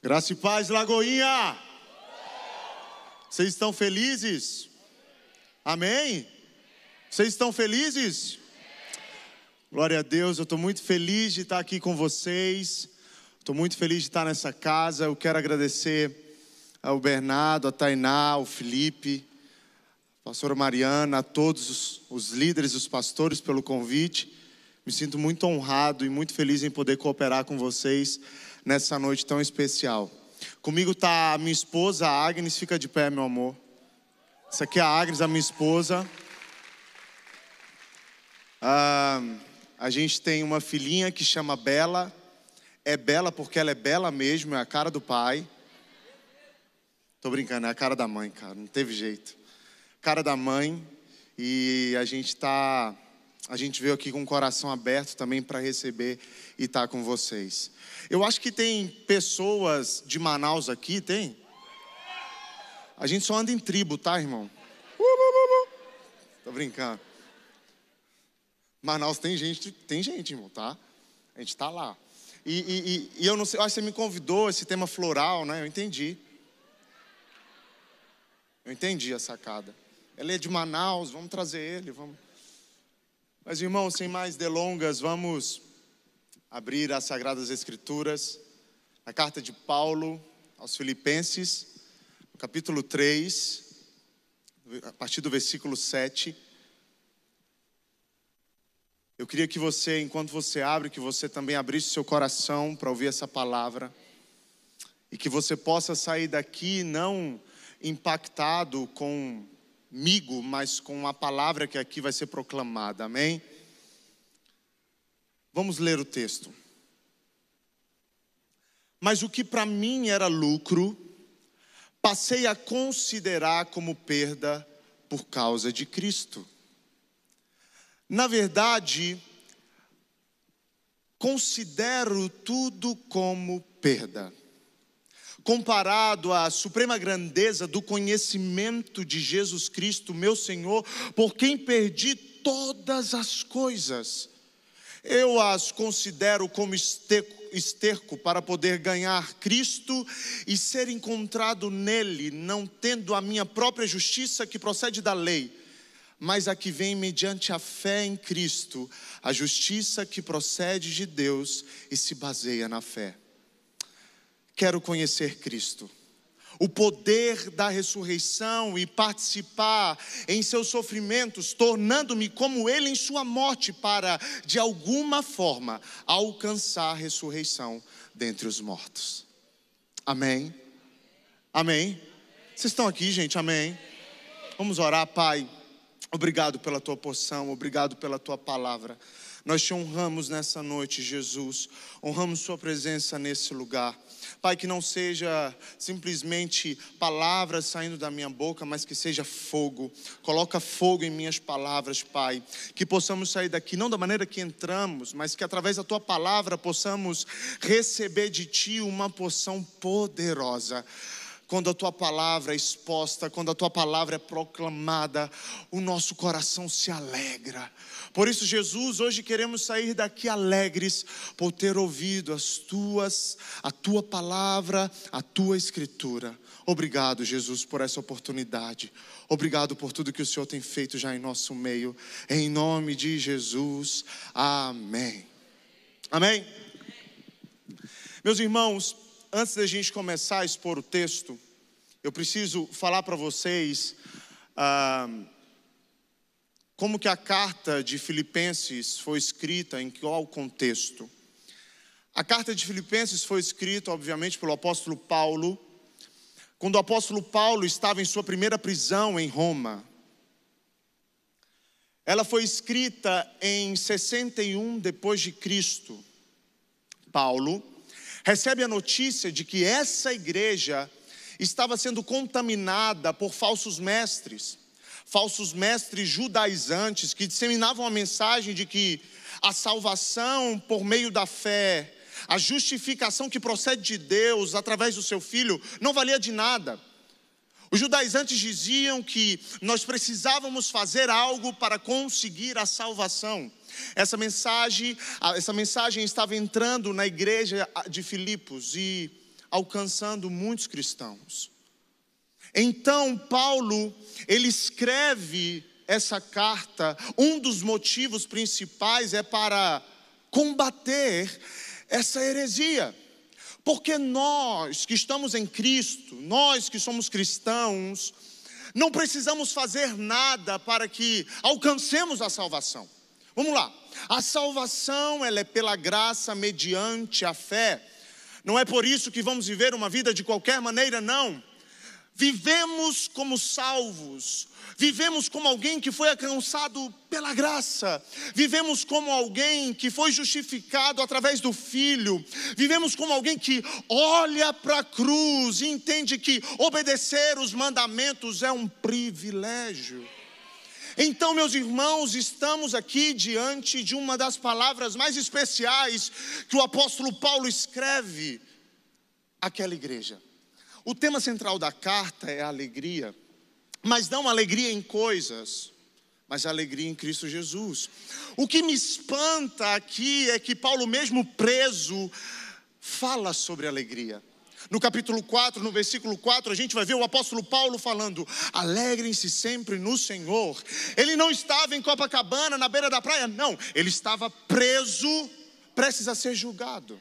Graça e paz, Lagoinha! Vocês estão felizes? Amém? Vocês estão felizes? Glória a Deus, eu estou muito feliz de estar aqui com vocês. Estou muito feliz de estar nessa casa. Eu quero agradecer ao Bernardo, a Tainá, ao Felipe, a pastora Mariana, a todos os líderes, os pastores pelo convite. Me sinto muito honrado e muito feliz em poder cooperar com vocês nessa noite tão especial. Comigo está a minha esposa, a Agnes. Fica de pé, meu amor. Essa aqui é a Agnes, a minha esposa. A gente tem uma filhinha que chama Bela. É Bela porque ela é bela mesmo, é a cara do pai. Tô brincando, é a cara da mãe, cara, não teve jeito. Cara da mãe. E a gente veio aqui com o coração aberto também para receber e estar com vocês. Eu acho que tem pessoas de Manaus aqui, tem? A gente só anda em tribo, tá, irmão? Tô brincando. Manaus tem gente, irmão, tá? A gente tá lá. E eu não sei, eu acho que você me convidou, esse tema floral, né? Eu entendi a sacada. Ele é de Manaus, vamos trazer ele, vamos. Mas, irmãos, sem mais delongas, vamos abrir as Sagradas Escrituras, a carta de Paulo aos Filipenses, no capítulo 3, a partir do versículo 7. Eu queria que você, enquanto você abre, que você também abrisse seu coração para ouvir essa palavra, e que você possa sair daqui não impactado comigo, mas com a palavra que aqui vai ser proclamada, amém? Vamos ler o texto. Mas o que para mim era lucro, passei a considerar como perda por causa de Cristo. Na verdade, considero tudo como perda, comparado à suprema grandeza do conhecimento de Jesus Cristo, meu Senhor, por quem perdi todas as coisas. Eu as considero como esterco para poder ganhar Cristo e ser encontrado nele, não tendo a minha própria justiça que procede da lei, mas a que vem mediante a fé em Cristo, a justiça que procede de Deus e se baseia na fé. Quero conhecer Cristo, o poder da ressurreição e participar em seus sofrimentos, tornando-me como Ele em sua morte, para, de alguma forma, alcançar a ressurreição dentre os mortos. Amém? Amém? Vocês estão aqui, gente? Amém? Vamos orar, Pai. Obrigado pela Tua porção, obrigado pela Tua palavra. Nós Te honramos nessa noite, Jesus. Honramos Sua presença nesse lugar. Pai, que não seja simplesmente palavras saindo da minha boca, mas que seja fogo. Coloca fogo em minhas palavras, Pai. Que possamos sair daqui, não da maneira que entramos, mas que através da Tua palavra possamos receber de Ti uma porção poderosa. Quando a Tua palavra é exposta, quando a Tua palavra é proclamada, o nosso coração se alegra. Por isso, Jesus, hoje queremos sair daqui alegres por ter ouvido a Tua palavra, a Tua Escritura. Obrigado, Jesus, por essa oportunidade. Obrigado por tudo que o Senhor tem feito já em nosso meio. Em nome de Jesus, amém. Amém? Meus irmãos, antes da gente começar a expor o texto, eu preciso falar para vocês como que a carta de Filipenses foi escrita, em qual contexto. A carta de Filipenses foi escrita, obviamente, pelo apóstolo Paulo, quando o apóstolo Paulo estava em sua primeira prisão em Roma. Ela foi escrita em 61 depois de Cristo. Paulo recebe a notícia de que essa igreja estava sendo contaminada por falsos mestres judaizantes que disseminavam a mensagem de que a salvação por meio da fé, a justificação que procede de Deus através do seu Filho, não valia de nada. Os judaizantes diziam que nós precisávamos fazer algo para conseguir a salvação. Essa mensagem estava entrando na igreja de Filipos e alcançando muitos cristãos. Então Paulo, ele escreve essa carta, um dos motivos principais é para combater essa heresia. Porque nós que estamos em Cristo, nós que somos cristãos, não precisamos fazer nada para que alcancemos a salvação. Vamos lá, a salvação ela é pela graça mediante a fé. Não é por isso que vamos viver uma vida de qualquer maneira, não. Vivemos como salvos, vivemos como alguém que foi alcançado pela graça, vivemos como alguém que foi justificado através do Filho, vivemos como alguém que olha para a cruz e entende que obedecer os mandamentos é um privilégio. Então, meus irmãos, estamos aqui diante de uma das palavras mais especiais que o apóstolo Paulo escreve àquela igreja. O tema central da carta é a alegria, mas não alegria em coisas, mas alegria em Cristo Jesus. O que me espanta aqui é que Paulo, mesmo preso, fala sobre alegria. No capítulo 4, no versículo 4, a gente vai ver o apóstolo Paulo falando: alegrem-se sempre no Senhor. Ele não estava em Copacabana, na beira da praia, não, ele estava preso, prestes a ser julgado.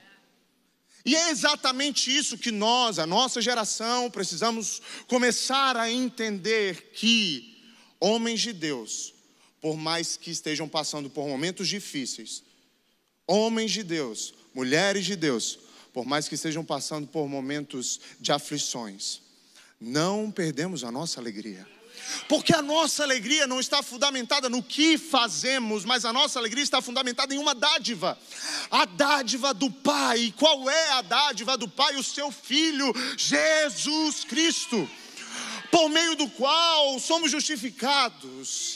E é exatamente isso que nós, a nossa geração, precisamos começar a entender, que homens de Deus, por mais que estejam passando por momentos difíceis, homens de Deus, mulheres de Deus, por mais que estejam passando por momentos de aflições, não perdemos a nossa alegria. Porque a nossa alegria não está fundamentada no que fazemos, mas a nossa alegria está fundamentada em uma dádiva, a dádiva do Pai. Qual é a dádiva do Pai? O seu Filho, Jesus Cristo, por meio do qual somos justificados.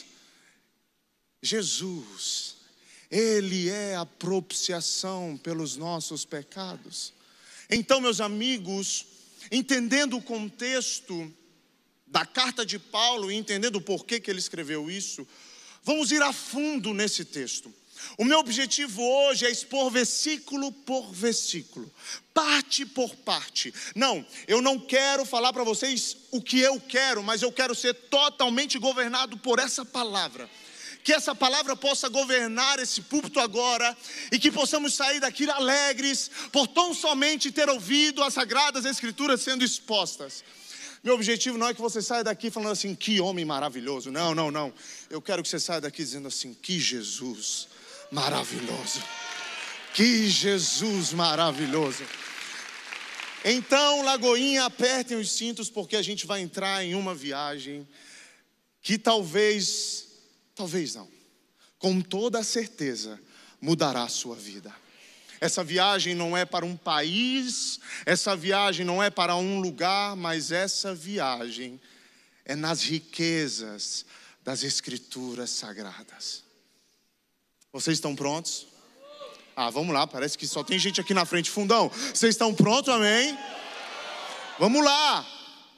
Jesus, Ele é a propiciação pelos nossos pecados. Então, meus amigos, entendendo o contexto da carta de Paulo e entendendo o porquê que ele escreveu isso, vamos ir a fundo nesse texto. O meu objetivo hoje é expor versículo por versículo, parte por parte. Não, eu não quero falar para vocês o que eu quero, mas eu quero ser totalmente governado por essa palavra. Que essa palavra possa governar esse púlpito agora e que possamos sair daqui alegres por tão somente ter ouvido as Sagradas Escrituras sendo expostas. Meu objetivo não é que você saia daqui falando assim: que homem maravilhoso. Não, não, não. Eu quero que você saia daqui dizendo assim: que Jesus maravilhoso. Que Jesus maravilhoso. Então, Lagoinha, apertem os cintos, porque a gente vai entrar em uma viagem que talvez não, com toda certeza mudará a sua vida. Essa viagem não é para um país, essa viagem não é para um lugar, mas essa viagem é nas riquezas das Escrituras Sagradas. Vocês estão prontos? Vamos lá, parece que só tem gente aqui na frente, fundão. Vocês estão prontos, amém? Vamos lá.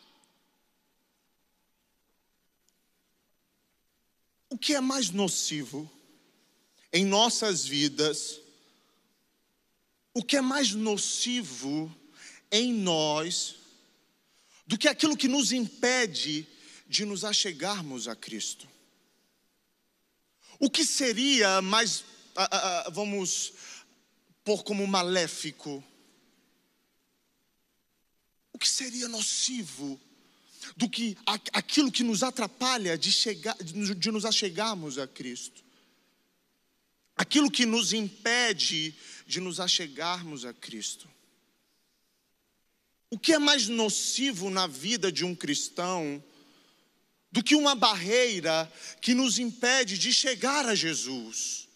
O que é mais nocivo em nossas vidas? O que é mais nocivo em nós do que aquilo que nos impede de nos achegarmos a Cristo? O que seria mais, vamos pôr como maléfico? O que seria nocivo do que aquilo que nos atrapalha de nos achegarmos a Cristo? Aquilo que nos impede de nos achegarmos a Cristo. O que é mais nocivo na vida de um cristão do que uma barreira que nos impede de chegar a Jesus?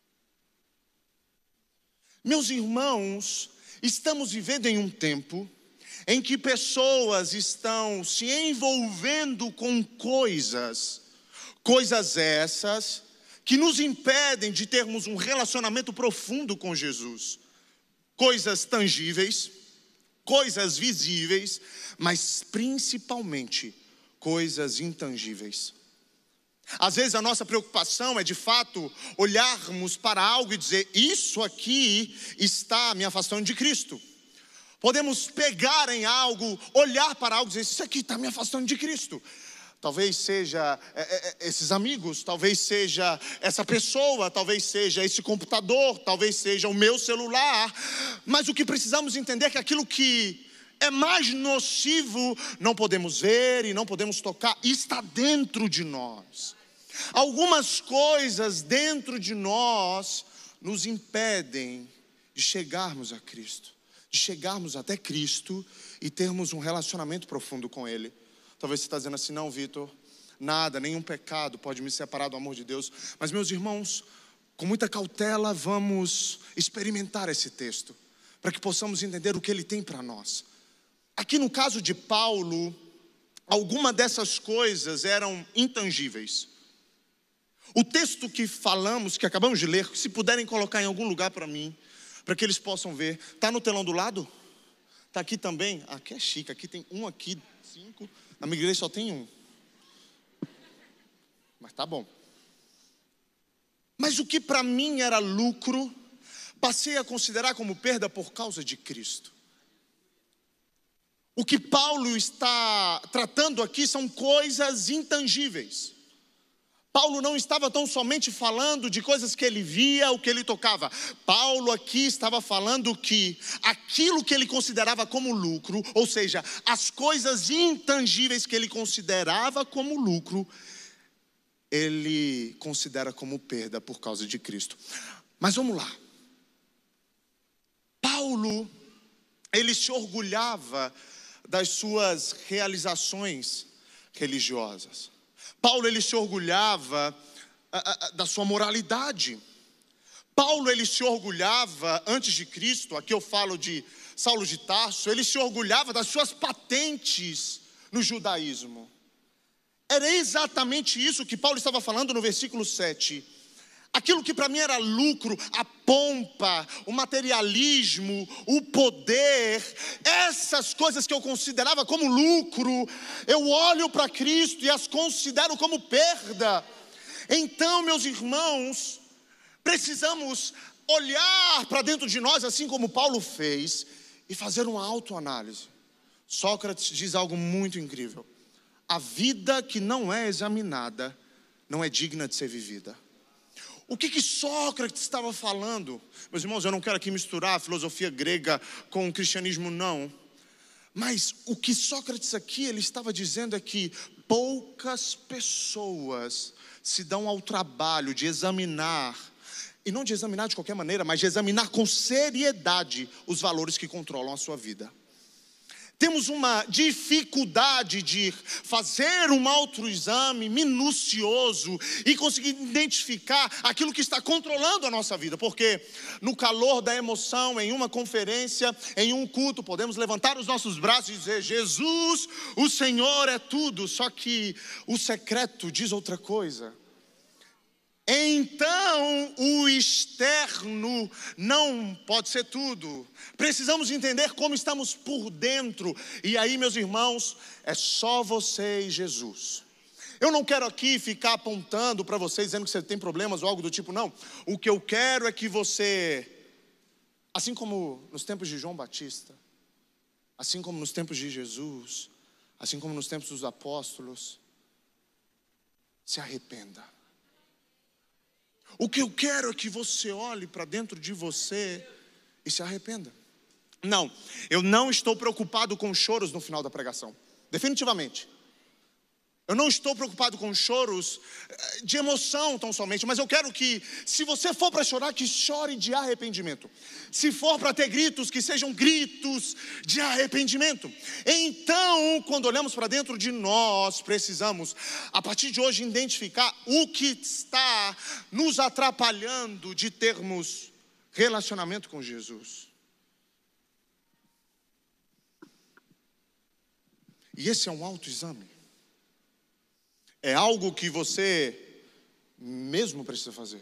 Meus irmãos, estamos vivendo em um tempo em que pessoas estão se envolvendo com coisas essas que nos impedem de termos um relacionamento profundo com Jesus. Coisas tangíveis, coisas visíveis, mas principalmente coisas intangíveis. Às vezes a nossa preocupação é de fato olharmos para algo e dizer: isso aqui está me afastando de Cristo. Podemos pegar em algo, olhar para algo e dizer: isso aqui está me afastando de Cristo. Talvez seja esses amigos, talvez seja essa pessoa, talvez seja esse computador, talvez seja o meu celular. Mas o que precisamos entender é que aquilo que é mais nocivo não podemos ver e não podemos tocar, e está dentro de nós. Algumas coisas dentro de nós nos impedem de chegarmos a Cristo, de chegarmos até Cristo e termos um relacionamento profundo com Ele. Talvez você está dizendo assim: não, Vitor, nada, nenhum pecado pode me separar do amor de Deus. Mas, meus irmãos, com muita cautela vamos experimentar esse texto, para que possamos entender o que ele tem para nós. Aqui no caso de Paulo, alguma dessas coisas eram intangíveis. O texto que falamos, que acabamos de ler, se puderem colocar em algum lugar para mim, para que eles possam ver. Está no telão do lado? Está aqui também? Aqui é chique, aqui tem um, aqui 5. Na minha igreja só tem um. Mas tá bom. Mas o que para mim era lucro, passei a considerar como perda por causa de Cristo. O que Paulo está tratando aqui são coisas intangíveis. Paulo não estava tão somente falando de coisas que ele via, o que ele tocava. Paulo aqui estava falando que aquilo que ele considerava como lucro, ou seja, as coisas intangíveis que ele considerava como lucro, ele considera como perda por causa de Cristo. Mas vamos lá. Paulo, ele se orgulhava das suas realizações religiosas. Paulo, ele se orgulhava da sua moralidade. Paulo, ele se orgulhava, antes de Cristo, aqui eu falo de Saulo de Tarso, ele se orgulhava das suas patentes no judaísmo. Era exatamente isso que Paulo estava falando no versículo 7. Aquilo que para mim era lucro, a pompa, o materialismo, o poder, essas coisas que eu considerava como lucro, eu olho para Cristo e as considero como perda. Então, meus irmãos, precisamos olhar para dentro de nós, assim como Paulo fez, e fazer uma autoanálise. Sócrates diz algo muito incrível: a vida que não é examinada não é digna de ser vivida. O que Sócrates estava falando? Meus irmãos, eu não quero aqui misturar a filosofia grega com o cristianismo, não. Mas o que Sócrates aqui, ele estava dizendo é que poucas pessoas se dão ao trabalho de examinar, e não de examinar de qualquer maneira, mas de examinar com seriedade os valores que controlam a sua vida. Temos uma dificuldade de fazer um autoexame minucioso e conseguir identificar aquilo que está controlando a nossa vida. Porque no calor da emoção, em uma conferência, em um culto, podemos levantar os nossos braços e dizer: Jesus, o Senhor é tudo. Só que o secreto diz outra coisa. Então, o externo não pode ser tudo. Precisamos entender como estamos por dentro. E aí, meus irmãos, é só você e Jesus. Eu não quero aqui ficar apontando para vocês, dizendo que você tem problemas ou algo do tipo, não. O que eu quero é que você, assim como nos tempos de João Batista, assim como nos tempos de Jesus, assim como nos tempos dos apóstolos, se arrependa. O que eu quero é que você olhe para dentro de você e se arrependa. Não, eu não estou preocupado com choros no final da pregação. Definitivamente. Eu não estou preocupado com choros de emoção tão somente, mas eu quero que, se você for para chorar, que chore de arrependimento. Se for para ter gritos, que sejam gritos de arrependimento. Então, quando olhamos para dentro de nós, precisamos, a partir de hoje, identificar o que está nos atrapalhando de termos relacionamento com Jesus. E esse é um autoexame. É algo que você mesmo precisa fazer.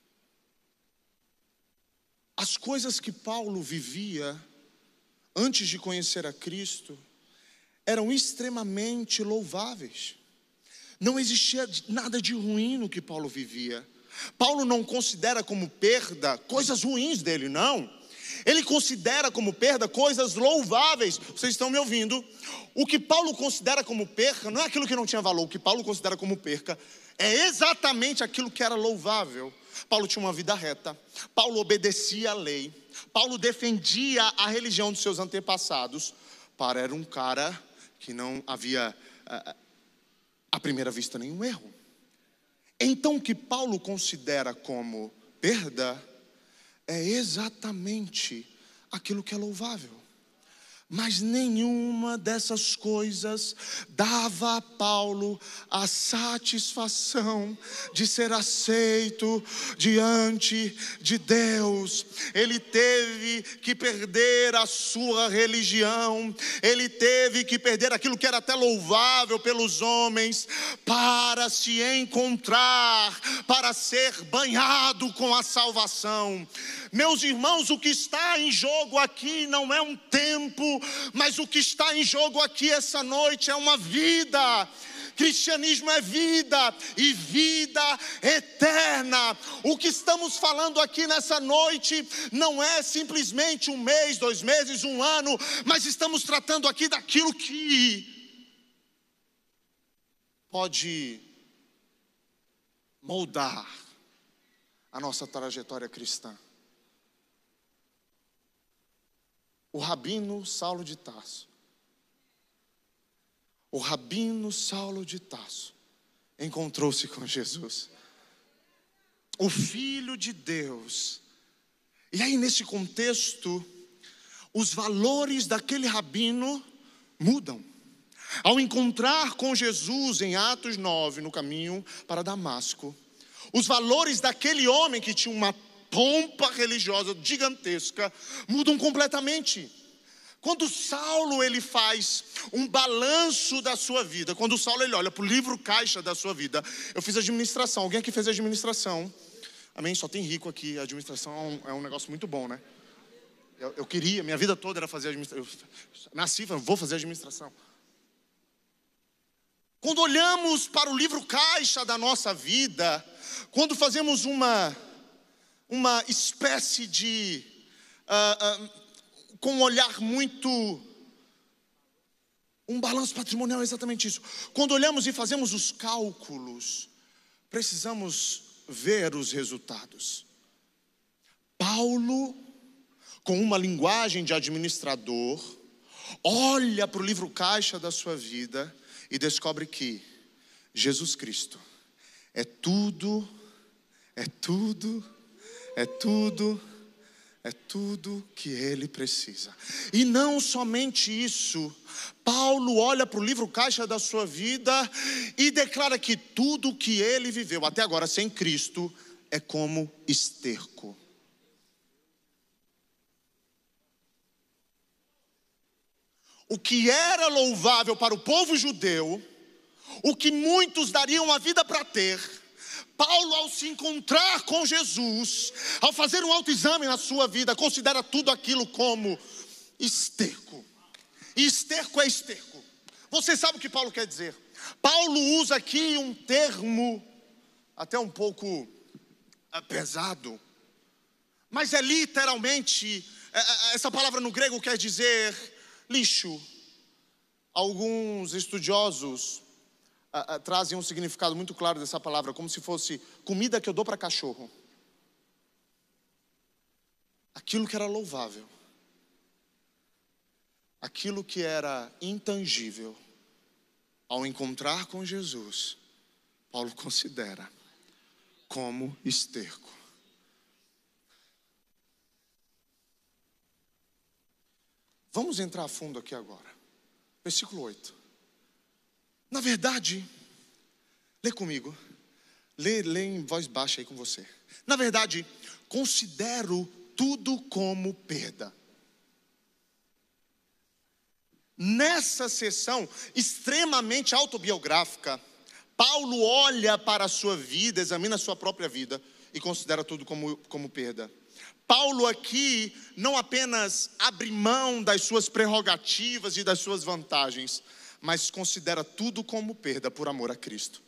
As coisas que Paulo vivia antes de conhecer a Cristo eram extremamente louváveis. Não existia nada de ruim no que Paulo vivia. Paulo não considera como perda coisas ruins dele, não. Ele considera como perda coisas louváveis. Vocês estão me ouvindo? O que Paulo considera como perca não é aquilo que não tinha valor. O que Paulo considera como perca é exatamente aquilo que era louvável. Paulo tinha uma vida reta. Paulo obedecia à lei. Paulo defendia a religião dos seus antepassados. Paulo era um cara que não havia, à primeira vista, nenhum erro. Então o que Paulo considera como perda é exatamente aquilo que é louvável. Mas nenhuma dessas coisas dava a Paulo a satisfação de ser aceito diante de Deus. Ele teve que perder a sua religião, ele teve que perder aquilo que era até louvável pelos homens, para se encontrar, para ser banhado com a salvação. Meus irmãos, o que está em jogo aqui não é um tempo, mas o que está em jogo aqui essa noite é uma vida. Cristianismo é vida, e vida eterna. O que estamos falando aqui nessa noite não é simplesmente um mês, 2 meses, 1 ano, mas estamos tratando aqui daquilo que pode moldar a nossa trajetória cristã. O rabino Saulo de Tarso. O rabino Saulo de Tarso encontrou-se com Jesus, o Filho de Deus. E aí, nesse contexto, os valores daquele rabino mudam. Ao encontrar com Jesus em Atos 9, no caminho para Damasco, os valores daquele homem que tinha uma pompa religiosa gigantesca mudam completamente. Quando Saulo ele faz um balanço da sua vida, quando Saulo ele olha para o livro caixa da sua vida. Eu fiz administração, alguém aqui fez administração? Amém? Só tem rico aqui. A administração é um negócio muito bom, né? Eu queria, minha vida toda era fazer administração. Eu nasci, vou fazer administração. Quando olhamos para o livro caixa da nossa vida, quando fazemos uma espécie de com um olhar muito, um balanço patrimonial, é exatamente isso. Quando olhamos e fazemos os cálculos, precisamos ver os resultados. Paulo, com uma linguagem de administrador, olha para o livro caixa da sua vida e descobre que Jesus Cristo é tudo, é tudo, é tudo, é tudo que ele precisa. E não somente isso, Paulo olha para o livro caixa da sua vida e declara que tudo que ele viveu até agora sem Cristo é como esterco. O que era louvável para o povo judeu, o que muitos dariam a vida para ter, Paulo, ao se encontrar com Jesus, ao fazer um autoexame na sua vida, considera tudo aquilo como esterco. E esterco é esterco. Você sabe o que Paulo quer dizer? Paulo usa aqui um termo até um pouco pesado, mas é literalmente, essa palavra no grego quer dizer lixo. Alguns estudiosos trazem um significado muito claro dessa palavra, como se fosse comida que eu dou para cachorro. Aquilo que era louvável, aquilo que era intangível, ao encontrar com Jesus, Paulo considera como esterco. Vamos entrar a fundo aqui agora. Versículo 8. Na verdade, lê comigo. Lê em voz baixa aí com você. Na verdade, considero tudo como perda. Nessa sessão extremamente autobiográfica, Paulo olha para a sua vida, examina a sua própria vida e considera tudo como perda. Paulo aqui não apenas abre mão das suas prerrogativas e das suas vantagens, mas considera tudo como perda por amor a Cristo.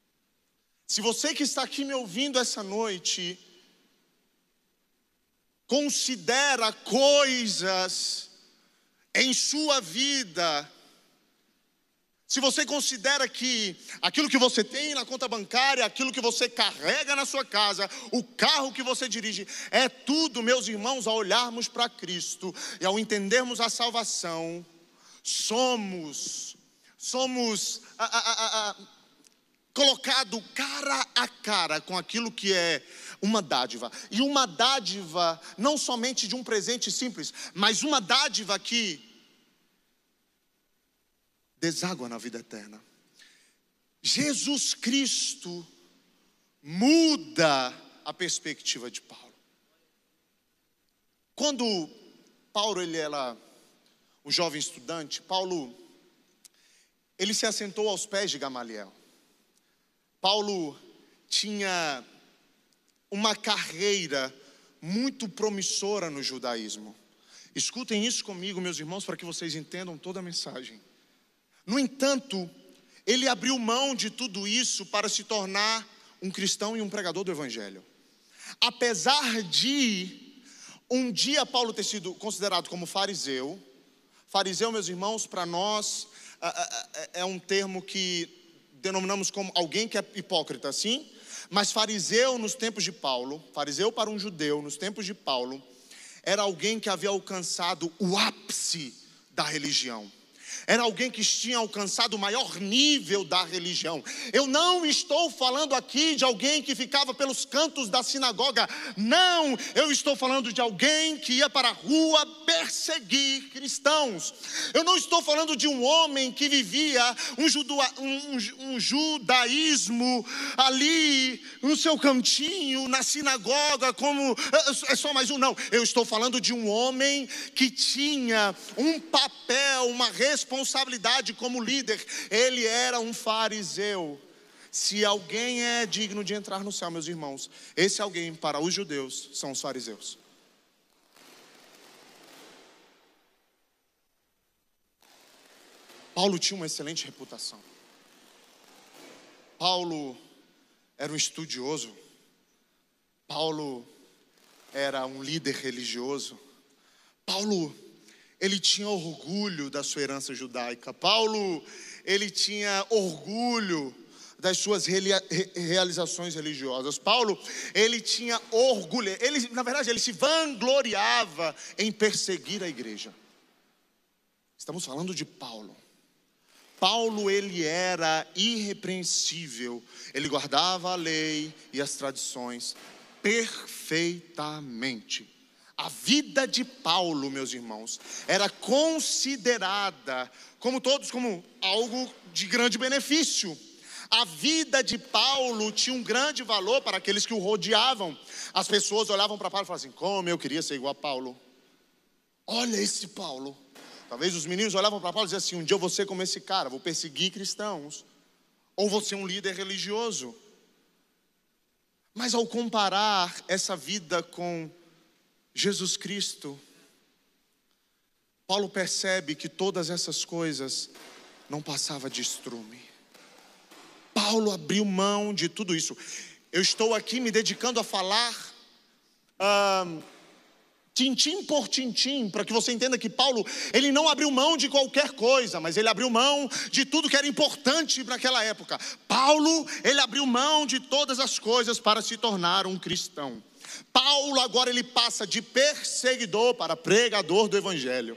Se você que está aqui me ouvindo essa noite considera coisas em sua vida, se você considera que aquilo que você tem na conta bancária, aquilo que você carrega na sua casa, o carro que você dirige, é tudo, meus irmãos, ao olharmos para Cristo e ao entendermos a salvação, somos colocado cara a cara com aquilo que é uma dádiva. E uma dádiva não somente de um presente simples, mas uma dádiva que deságua na vida eterna. Jesus Cristo muda a perspectiva de Paulo. Quando Paulo ele era um jovem estudante, Paulo ele se assentou aos pés de Gamaliel. Paulo tinha uma carreira muito promissora no judaísmo. Escutem isso comigo, meus irmãos, para que vocês entendam toda a mensagem. No entanto, ele abriu mão de tudo isso para se tornar um cristão e um pregador do evangelho. Apesar de um dia Paulo ter sido considerado como fariseu, meus irmãos, para nós é um termo que denominamos como alguém que é hipócrita, sim? Mas fariseu nos tempos de Paulo, fariseu para um judeu nos tempos de Paulo, era alguém que havia alcançado o ápice da religião. Era alguém que tinha alcançado o maior nível da religião. Eu não estou falando aqui de alguém que ficava pelos cantos da sinagoga. Não, eu estou falando de alguém que ia para a rua perseguir cristãos. Eu não estou falando de um homem que vivia um judaísmo ali no seu cantinho, na sinagoga, como é só mais um. Não, eu estou falando de um homem que tinha um papel, uma responsabilidade como líder. Ele era um fariseu. Se alguém é digno de entrar no céu, meus irmãos, esse alguém para os judeus são os fariseus. Paulo tinha uma excelente reputação. Paulo era um estudioso. Paulo era um líder religioso. Paulo ele tinha orgulho da sua herança judaica. Paulo, ele tinha orgulho das suas realizações religiosas. Paulo, ele tinha orgulho. Na verdade, ele se vangloriava em perseguir a igreja. Estamos falando de Paulo. Paulo, ele era irrepreensível. Ele guardava a lei e as tradições perfeitamente. A vida de Paulo, meus irmãos, era considerada como algo de grande benefício. A vida de Paulo tinha um grande valor para aqueles que o rodeavam. As pessoas olhavam para Paulo e falavam assim: como eu queria ser igual a Paulo. Olha esse Paulo. Talvez os meninos olhavam para Paulo e diziam assim: um dia eu vou ser como esse cara, vou perseguir cristãos. Ou vou ser um líder religioso. Mas ao comparar essa vida com Jesus Cristo, Paulo percebe que todas essas coisas não passavam de estrume. Paulo abriu mão de tudo isso. Eu estou aqui me dedicando a falar tintim por tintim, para que você entenda que Paulo, ele não abriu mão de qualquer coisa, mas ele abriu mão de tudo que era importante naquela época. Paulo, ele abriu mão de todas as coisas para se tornar um cristão. Paulo agora ele passa de perseguidor para pregador do evangelho.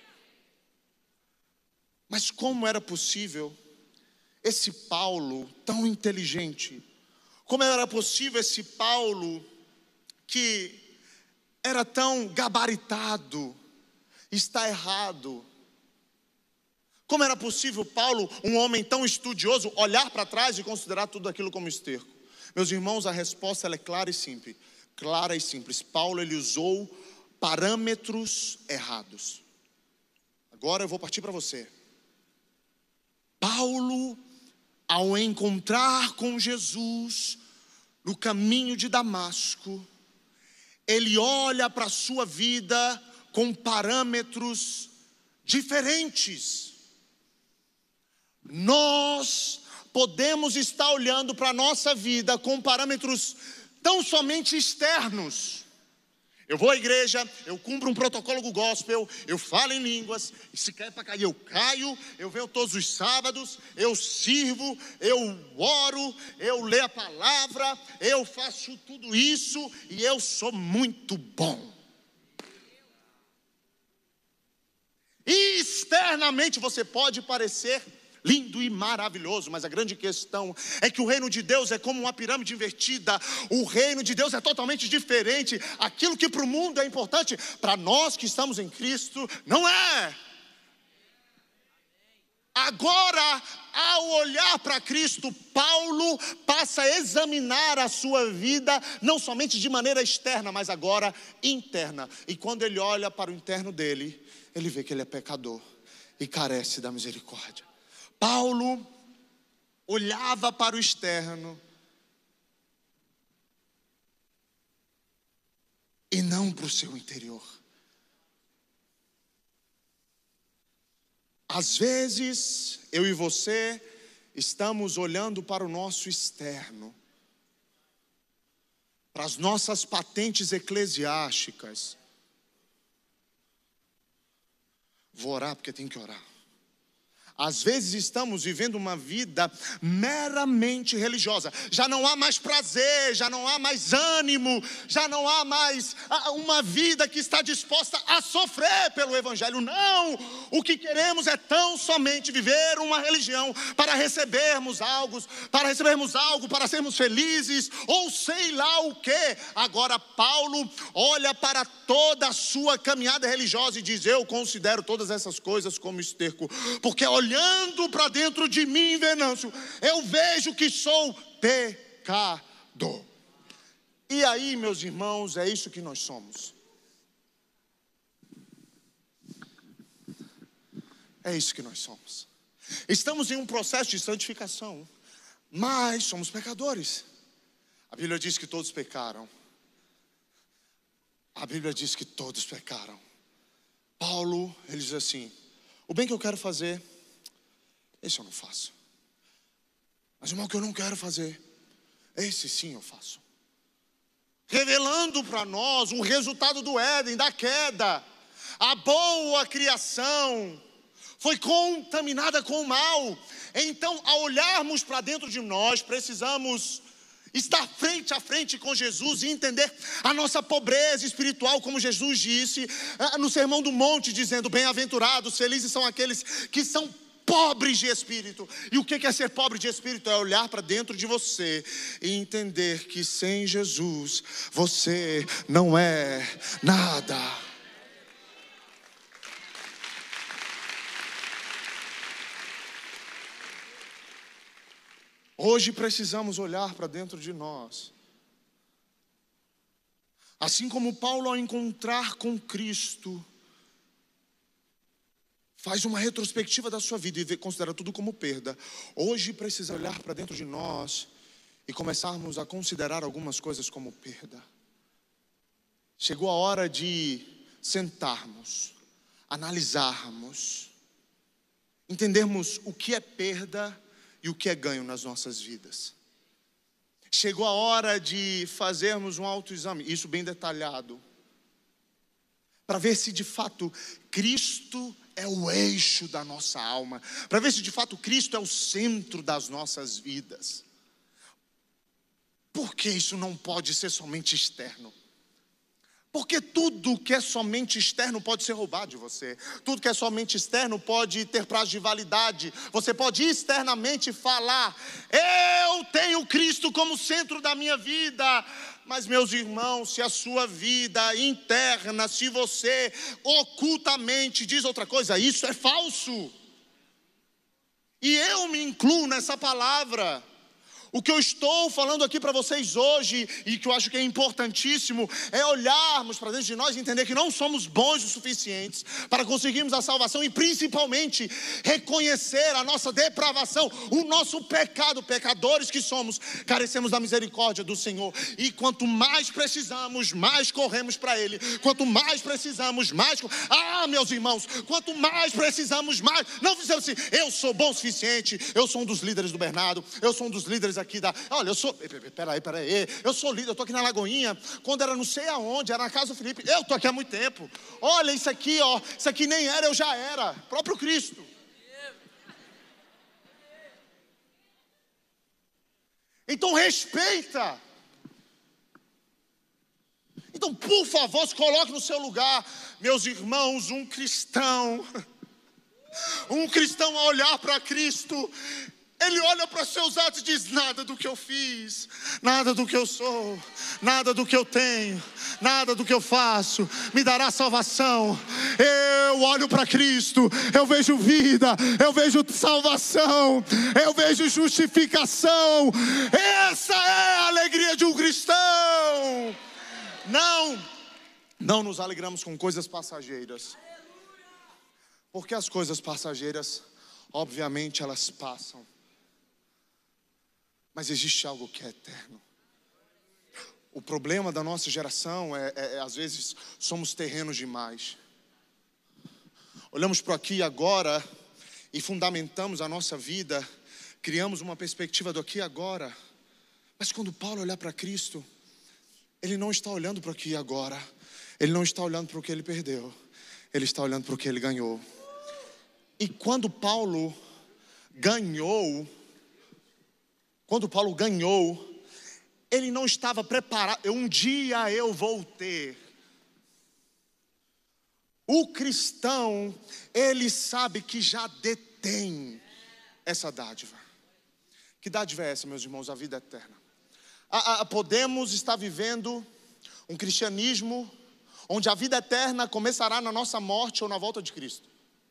Mas como era possível esse Paulo tão inteligente, como era possível esse Paulo que era tão gabaritado, está errado? Como era possível Paulo, um homem tão estudioso, olhar para trás e considerar tudo aquilo como esterco? Meus irmãos, a resposta ela é clara e simples. Clara e simples. Paulo ele usou parâmetros errados. Agora eu vou partir para você. Paulo, ao encontrar com Jesus no caminho de Damasco, ele olha para a sua vida com parâmetros diferentes. Nós podemos estar olhando para a nossa vida com parâmetros tão somente externos. Eu vou à igreja, eu cumpro um protocolo do gospel, eu falo em línguas, e se cair para cair, eu caio, eu venho todos os sábados, eu sirvo, eu oro, eu leio a palavra, eu faço tudo isso e eu sou muito bom. E externamente você pode parecer lindo e maravilhoso, mas a grande questão é que o reino de Deus é como uma pirâmide invertida. O reino de Deus é totalmente diferente. Aquilo que para o mundo é importante, para nós que estamos em Cristo, não é. Agora, ao olhar para Cristo, Paulo passa a examinar a sua vida, não somente de maneira externa, mas agora interna. E quando ele olha para o interno dele, ele vê que ele é pecador e carece da misericórdia. Paulo olhava para o externo e não para o seu interior. Às vezes, eu e você estamos olhando para o nosso externo, para as nossas patentes eclesiásticas. Vou orar porque tem que orar. Às vezes estamos vivendo uma vida meramente religiosa. Já não há mais prazer, já não há mais ânimo, já não há mais uma vida que está disposta a sofrer pelo Evangelho. Não! O que queremos é tão somente viver uma religião para recebermos algo, para sermos felizes, ou sei lá o que. Agora Paulo olha para toda a sua caminhada religiosa e diz: eu considero todas essas coisas como esterco, porque olhando para dentro de mim, Venâncio, eu vejo que sou pecador. E aí, meus irmãos, é isso que nós somos. É isso que nós somos. Estamos em um processo de santificação, mas somos pecadores. A Bíblia diz que todos pecaram. A Bíblia diz que todos pecaram. Paulo, ele diz assim: o bem que eu quero fazer, esse eu não faço. Mas o mal que eu não quero fazer, esse sim eu faço. Revelando para nós um resultado do Éden, da queda. A boa criação foi contaminada com o mal. Então, ao olharmos para dentro de nós, precisamos estar frente a frente com Jesus e entender a nossa pobreza espiritual, como Jesus disse no Sermão do Monte, dizendo: bem-aventurados, felizes são aqueles que são pobres de espírito. E o que é ser pobre de espírito? É olhar para dentro de você e entender que sem Jesus você não é nada. Hoje precisamos olhar para dentro de nós. Assim como Paulo, ao encontrar com Cristo, faz uma retrospectiva da sua vida e considera tudo como perda. Hoje precisa olhar para dentro de nós e começarmos a considerar algumas coisas como perda. Chegou a hora de sentarmos, analisarmos, entendermos o que é perda e o que é ganho nas nossas vidas. Chegou a hora de fazermos um autoexame, isso bem detalhado, para ver se de fato Cristo é o eixo da nossa alma, para ver se de fato Cristo é o centro das nossas vidas. Por que isso não pode ser somente externo? Porque tudo que é somente externo pode ser roubado de você. Tudo que é somente externo pode ter prazo de validade. Você pode externamente falar: eu tenho Cristo como centro da minha vida. Mas, meus irmãos, se a sua vida interna, se você ocultamente diz outra coisa, isso é falso. E eu me incluo nessa palavra. O que eu estou falando aqui para vocês hoje, e que eu acho que é importantíssimo, é olharmos para dentro de nós e entender que não somos bons o suficientes para conseguirmos a salvação e principalmente reconhecer a nossa depravação, o nosso pecado. Pecadores que somos, carecemos da misericórdia do Senhor. E quanto mais precisamos, mais corremos para Ele. Quanto mais precisamos, mais... meus irmãos, quanto mais precisamos, mais... Não dizemos assim: eu sou bom o suficiente, eu sou um dos líderes do Bernardo, eu sou um dos líderes aqui aqui olha, eu sou, peraí, eu sou líder, eu estou aqui na Lagoinha, quando era não sei aonde, era na casa do Felipe, eu estou aqui há muito tempo. Olha isso aqui, ó, isso aqui nem era, eu já era, próprio Cristo. Então respeita. Então, por favor, se coloque no seu lugar. Meus irmãos, um cristão a olhar para Cristo, ele olha para seus atos e diz: nada do que eu fiz, nada do que eu sou, nada do que eu tenho, nada do que eu faço me dará salvação. Eu olho para Cristo, eu vejo vida, eu vejo salvação, eu vejo justificação. Essa é a alegria de um cristão. Não nos alegramos com coisas passageiras, porque as coisas passageiras, obviamente, elas passam. Mas existe algo que é eterno. O problema da nossa geração às vezes, somos terrenos demais. Olhamos para aqui e agora e fundamentamos a nossa vida, criamos uma perspectiva do aqui e agora. Mas quando Paulo olhar para Cristo, ele não está olhando para o aqui e agora. Ele não está olhando para o que ele perdeu. Ele está olhando para o que ele ganhou. E quando Paulo ganhou, ele não estava preparado. Um dia eu vou ter. O cristão, ele sabe que já detém essa dádiva. Que dádiva é essa, meus irmãos? A vida eterna. Podemos estar vivendo um cristianismo onde a vida eterna começará na nossa morte ou na volta de Cristo.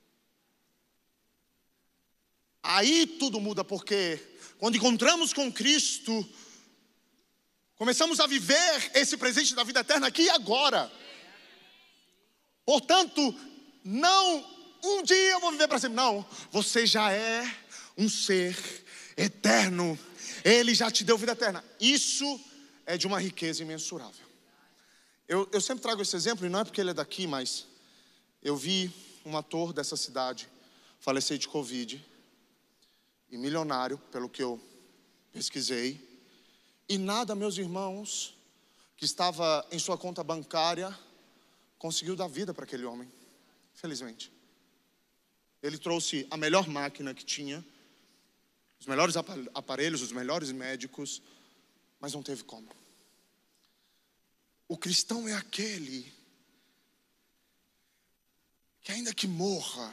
Aí tudo muda, porque quando encontramos com Cristo, começamos a viver esse presente da vida eterna aqui e agora. Portanto, não um dia eu vou viver para sempre. Não, você já é um ser eterno. Ele já te deu vida eterna. Isso é de uma riqueza imensurável. Eu sempre trago esse exemplo, e não é porque ele é daqui, mas eu vi um ator dessa cidade falecer de Covid. E milionário, pelo que eu pesquisei. E nada, meus irmãos, que estava em sua conta bancária, conseguiu dar vida para aquele homem. Felizmente. Ele trouxe a melhor máquina que tinha, os melhores aparelhos, os melhores médicos, mas não teve como. O cristão é aquele que ainda que morra,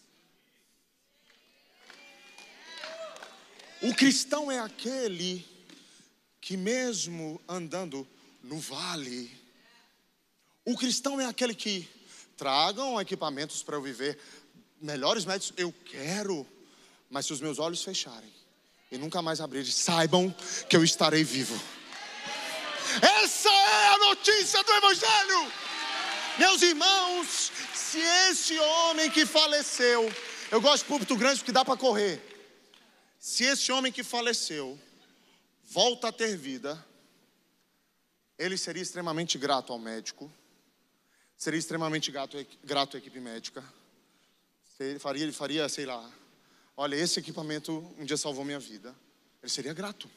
o cristão é aquele que mesmo andando no vale, o cristão é aquele que tragam equipamentos para eu viver, melhores médicos, eu quero, mas se os meus olhos fecharem e nunca mais abrirem, saibam que eu estarei vivo. Essa é a notícia do Evangelho. Meus irmãos, se esse homem que faleceu, eu gosto de púlpito grande porque dá para correr. Se esse homem que faleceu volta a ter vida, ele seria extremamente grato ao médico, seria extremamente grato à equipe médica. Ele faria, sei lá, olha, esse equipamento um dia salvou minha vida. Ele seria grato.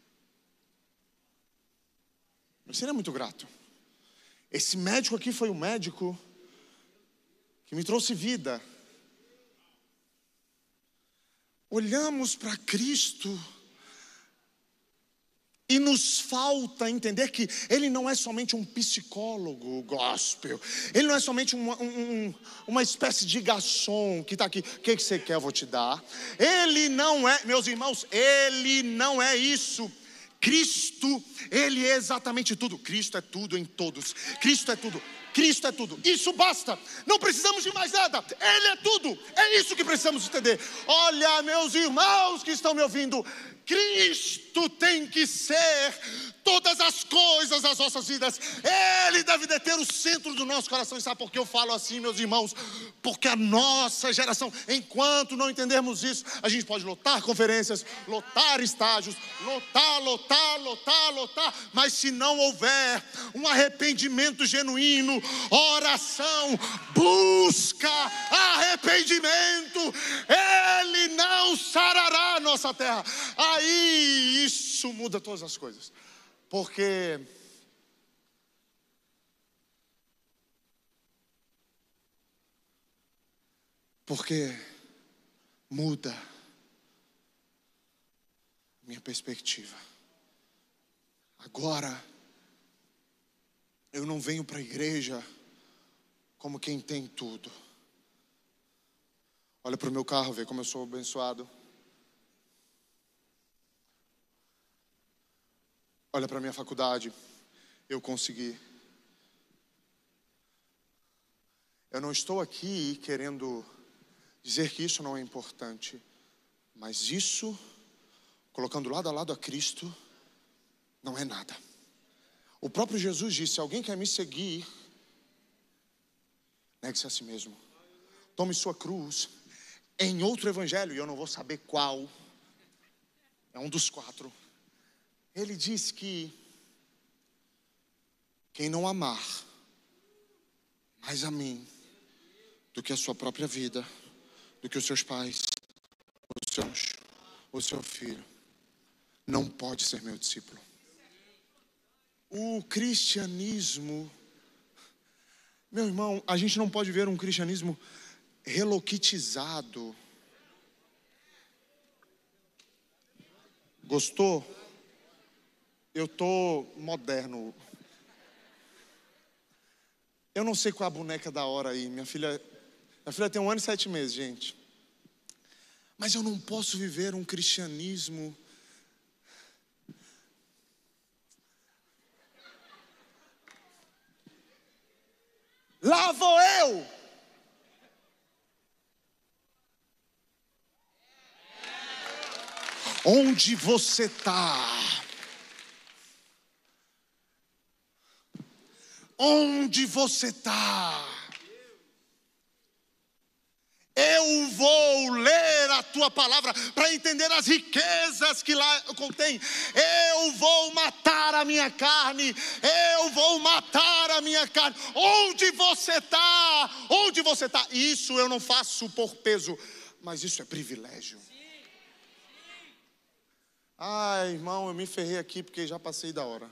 Ele seria muito grato. Esse médico aqui foi o médico que me trouxe vida. Olhamos para Cristo e nos falta entender que Ele não é somente um psicólogo gospel. Ele não é somente uma espécie de garçom que está aqui. O que você quer, eu vou te dar. Ele não é, meus irmãos, Ele não é isso. Cristo, Ele é exatamente tudo. Cristo é tudo em todos. Cristo é tudo. Cristo é tudo. Isso basta. Não precisamos de mais nada. Ele é tudo. É isso que precisamos entender. Olha, meus irmãos que estão me ouvindo, Cristo tem que ser todas as coisas das nossas vidas. Ele deve ter o centro do nosso coração. E sabe por que eu falo assim, meus irmãos? Porque a nossa geração, enquanto não entendermos isso, a gente pode lotar conferências, lotar estágios, lotar, mas se não houver um arrependimento genuíno, oração, busca, arrependimento, Ele não sarará a nossa terra. Aí isso muda todas as coisas. Porque muda minha perspectiva. Agora, eu não venho para a igreja como quem tem tudo. Olha para o meu carro, vê como eu sou abençoado. Olha para a minha faculdade, eu consegui. Eu não estou aqui querendo dizer que isso não é importante, mas isso, colocando lado a lado a Cristo, não é nada. O próprio Jesus disse: se alguém quer me seguir, negue-se a si mesmo, tome sua cruz. Em outro evangelho, e eu não vou saber qual, é um dos 4, ele diz que quem não amar mais a mim do que a sua própria vida, do que os seus pais, o seu filho, não pode ser meu discípulo. O cristianismo, meu irmão, a gente não pode ver um cristianismo reloquitizado. Gostou? Eu tô moderno. Eu não sei qual é a boneca da hora aí. Minha filha tem 1 ano e 7 meses, gente. Mas eu não posso viver um cristianismo lá vou eu. Onde você está? Onde você está? Eu vou ler a tua palavra para entender as riquezas que lá contém. Eu vou matar a minha carne. Eu vou matar a minha carne. Onde você está? Onde você está? Isso eu não faço por peso, mas isso é privilégio. Ai, irmão, eu me ferrei aqui porque já passei da hora.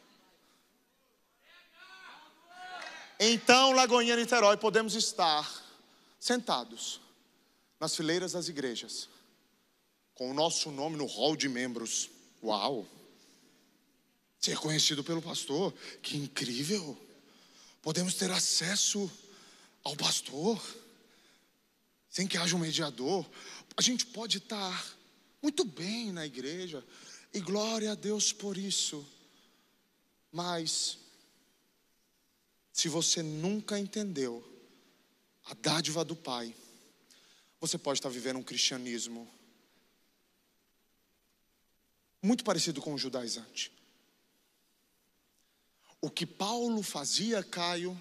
Então, Lagoinha, Niterói, podemos estar sentados nas fileiras das igrejas, com o nosso nome no hall de membros. Uau! Ser conhecido pelo pastor, que incrível! Podemos ter acesso ao pastor, sem que haja um mediador. A gente pode estar muito bem na igreja, e glória a Deus por isso. Mas se você nunca entendeu a dádiva do Pai, você pode estar vivendo um cristianismo muito parecido com o judaizante. O que Paulo fazia, Caio,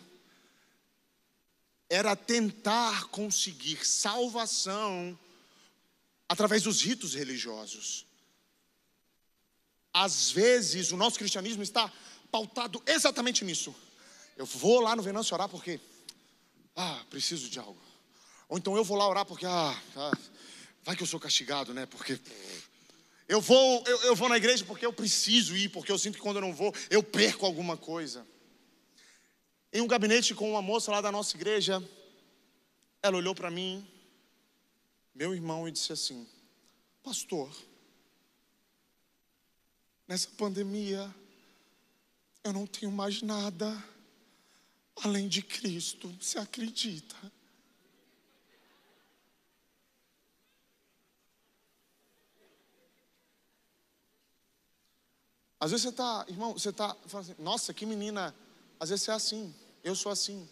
era tentar conseguir salvação através dos ritos religiosos. Às vezes o nosso cristianismo está pautado exatamente nisso. Eu vou lá no Venâncio orar porque preciso de algo. Ou então eu vou lá orar porque vai que eu sou castigado, né? Porque eu vou na igreja porque eu preciso ir, porque eu sinto que quando eu não vou, eu perco alguma coisa. Em um gabinete com uma moça lá da nossa igreja, ela olhou para mim, meu irmão, e disse assim: pastor, nessa pandemia eu não tenho mais nada além de Cristo. Você acredita? Às vezes você está falando assim: nossa, que menina. Às vezes você é assim, eu sou assim.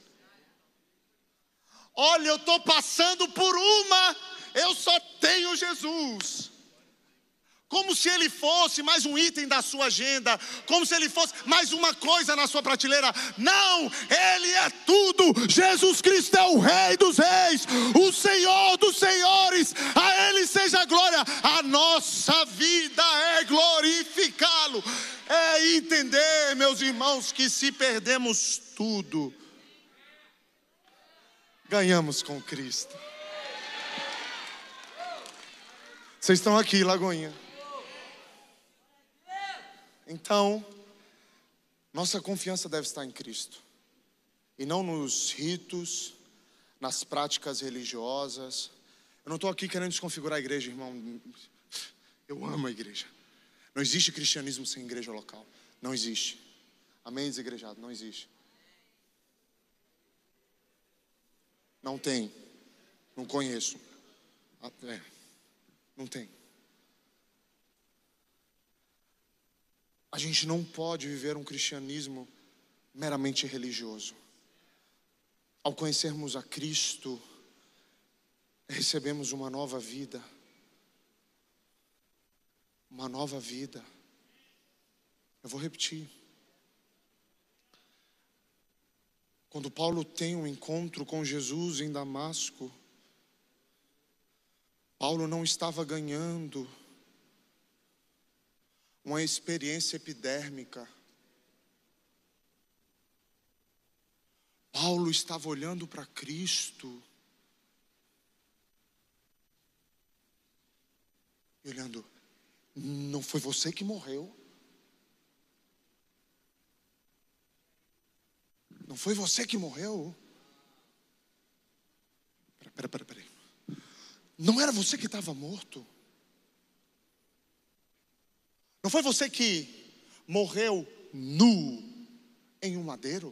Olha, eu estou passando por eu só tenho Jesus. Como se ele fosse mais um item da sua agenda, como se ele fosse mais uma coisa na sua prateleira. Não, ele é tudo. Jesus Cristo é o Rei dos Reis, o Senhor dos Senhores. A ele seja a glória. A nossa vida é glorificá-lo. É entender, meus irmãos, que se perdemos tudo, ganhamos com Cristo. Vocês estão aqui, Lagoinha. Então, nossa confiança deve estar em Cristo, e não nos ritos, nas práticas religiosas. Eu não estou aqui querendo desconfigurar a igreja, irmão. Eu amo a igreja. Não existe cristianismo sem igreja local. Não existe. Amém, desigrejado? Não existe. Não tem. Não conheço. Não tem. A gente não pode viver um cristianismo meramente religioso. Ao conhecermos a Cristo, recebemos uma nova vida. Uma nova vida. Eu vou repetir. Quando Paulo tem um encontro com Jesus em Damasco, Paulo não estava ganhando uma experiência epidérmica. Paulo estava olhando para Cristo e olhando, não foi você que morreu? Não foi você que morreu? Peraí. Não era você que estava morto? Não foi você que morreu nu em um madeiro?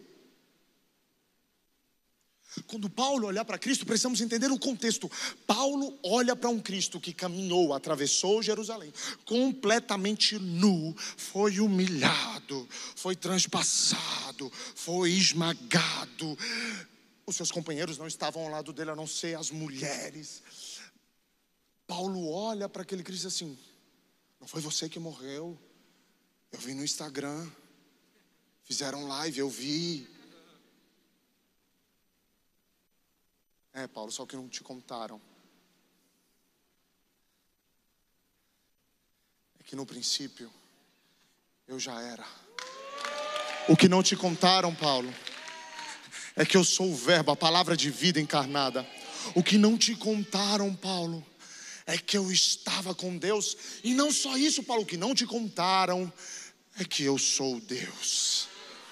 Quando Paulo olhar para Cristo, precisamos entender o contexto. Paulo olha para um Cristo que caminhou, atravessou Jerusalém, completamente nu, foi humilhado, foi transpassado, foi esmagado. Os seus companheiros não estavam ao lado dele, a não ser as mulheres. Paulo olha para aquele Cristo assim, não foi você que morreu? Eu vi no Instagram, fizeram live, eu vi. Paulo, só que não te contaram. É que no princípio, eu já era. O que não te contaram, Paulo, é que eu sou o verbo, a palavra de vida encarnada. O que não te contaram, Paulo, é que eu estava com Deus. E não só isso, Paulo, o que não te contaram é que eu sou Deus.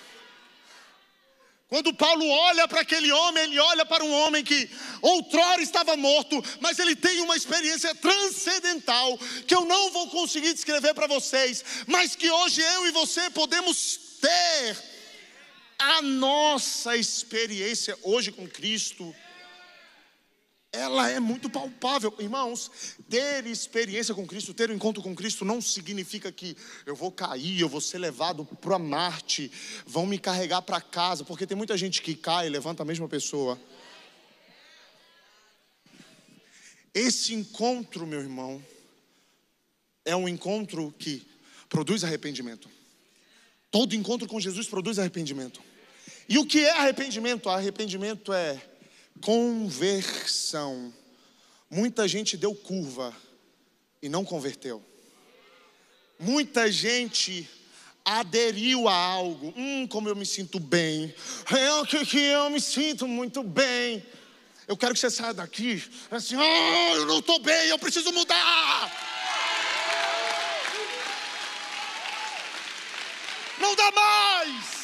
Quando Paulo olha para aquele homem, ele olha para um homem que outrora estava morto, mas ele tem uma experiência transcendental, que eu não vou conseguir descrever para vocês, mas que hoje eu e você podemos ter a nossa experiência hoje com Cristo. Ela é muito palpável, irmãos. Ter experiência com Cristo, ter um encontro com Cristo não significa que eu vou cair, eu vou ser levado para Marte, vão me carregar para casa, porque tem muita gente que cai e levanta a mesma pessoa. Esse encontro, meu irmão, é um encontro que produz arrependimento. Todo encontro com Jesus produz arrependimento. E o que é arrependimento? Arrependimento é conversão. Muita gente deu curva e não converteu. Muita gente aderiu a algo. Como eu me sinto bem. Eu me sinto muito bem. Eu quero que você saia daqui assim, eu não estou bem, eu preciso mudar. Não dá mais.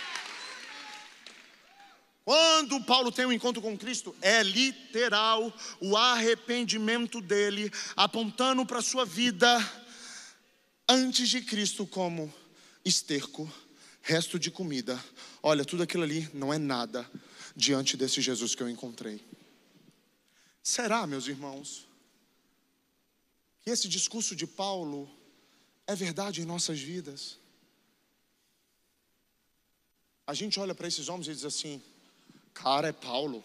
Quando Paulo tem um encontro com Cristo, é literal o arrependimento dele, apontando para a sua vida antes de Cristo como esterco, resto de comida. Olha, tudo aquilo ali não é nada diante desse Jesus que eu encontrei. Será, meus irmãos, que esse discurso de Paulo é verdade em nossas vidas? A gente olha para esses homens e diz assim, cara, é Paulo.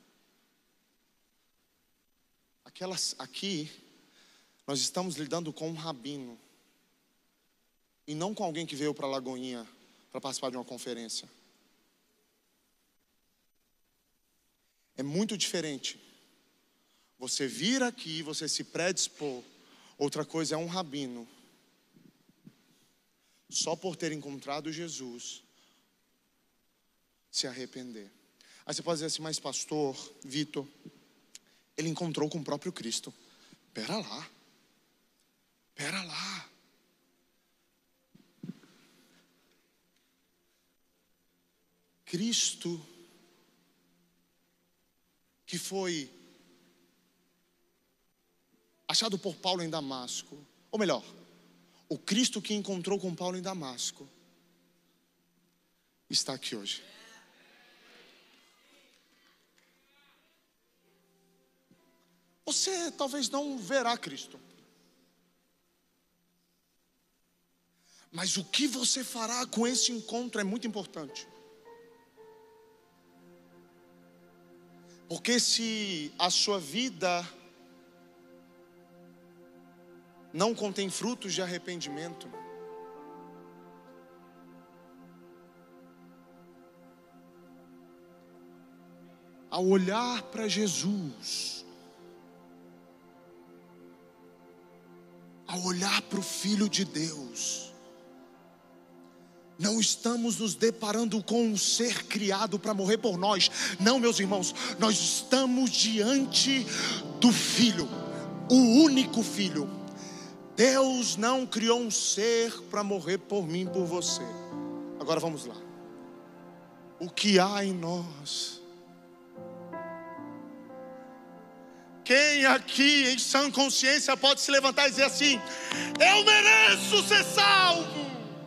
Aqui, nós estamos lidando com um rabino. E não com alguém que veio para Lagoinha para participar de uma conferência. É muito diferente você vir aqui, você se predispor. Outra coisa é um rabino, só por ter encontrado Jesus, se arrepender. Aí você pode dizer assim, mas pastor Vitor, ele encontrou com o próprio Cristo. Pera lá. Cristo que foi achado por Paulo em Damasco, ou melhor, o Cristo que encontrou com Paulo em Damasco, está aqui hoje. Você talvez não verá Cristo, mas o que você fará com esse encontro é muito importante. Porque se a sua vida não contém frutos de arrependimento, ao olhar para Jesus, ao olhar para o Filho de Deus, não estamos nos deparando com um ser criado para morrer por nós. Não, meus irmãos, nós estamos diante do Filho, o único Filho. Deus não criou um ser para morrer por mim, por você. Agora vamos lá. O que há em nós? Quem aqui em sã consciência pode se levantar e dizer assim: eu mereço ser salvo?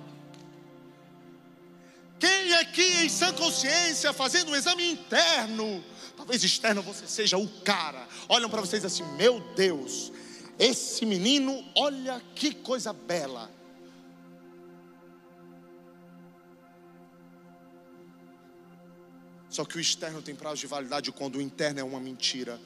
Quem aqui em sã consciência, fazendo um exame interno, talvez externo você seja o cara, olham para vocês assim: meu Deus, esse menino, olha que coisa bela. Só que o externo tem prazo de validade quando o interno é uma mentira.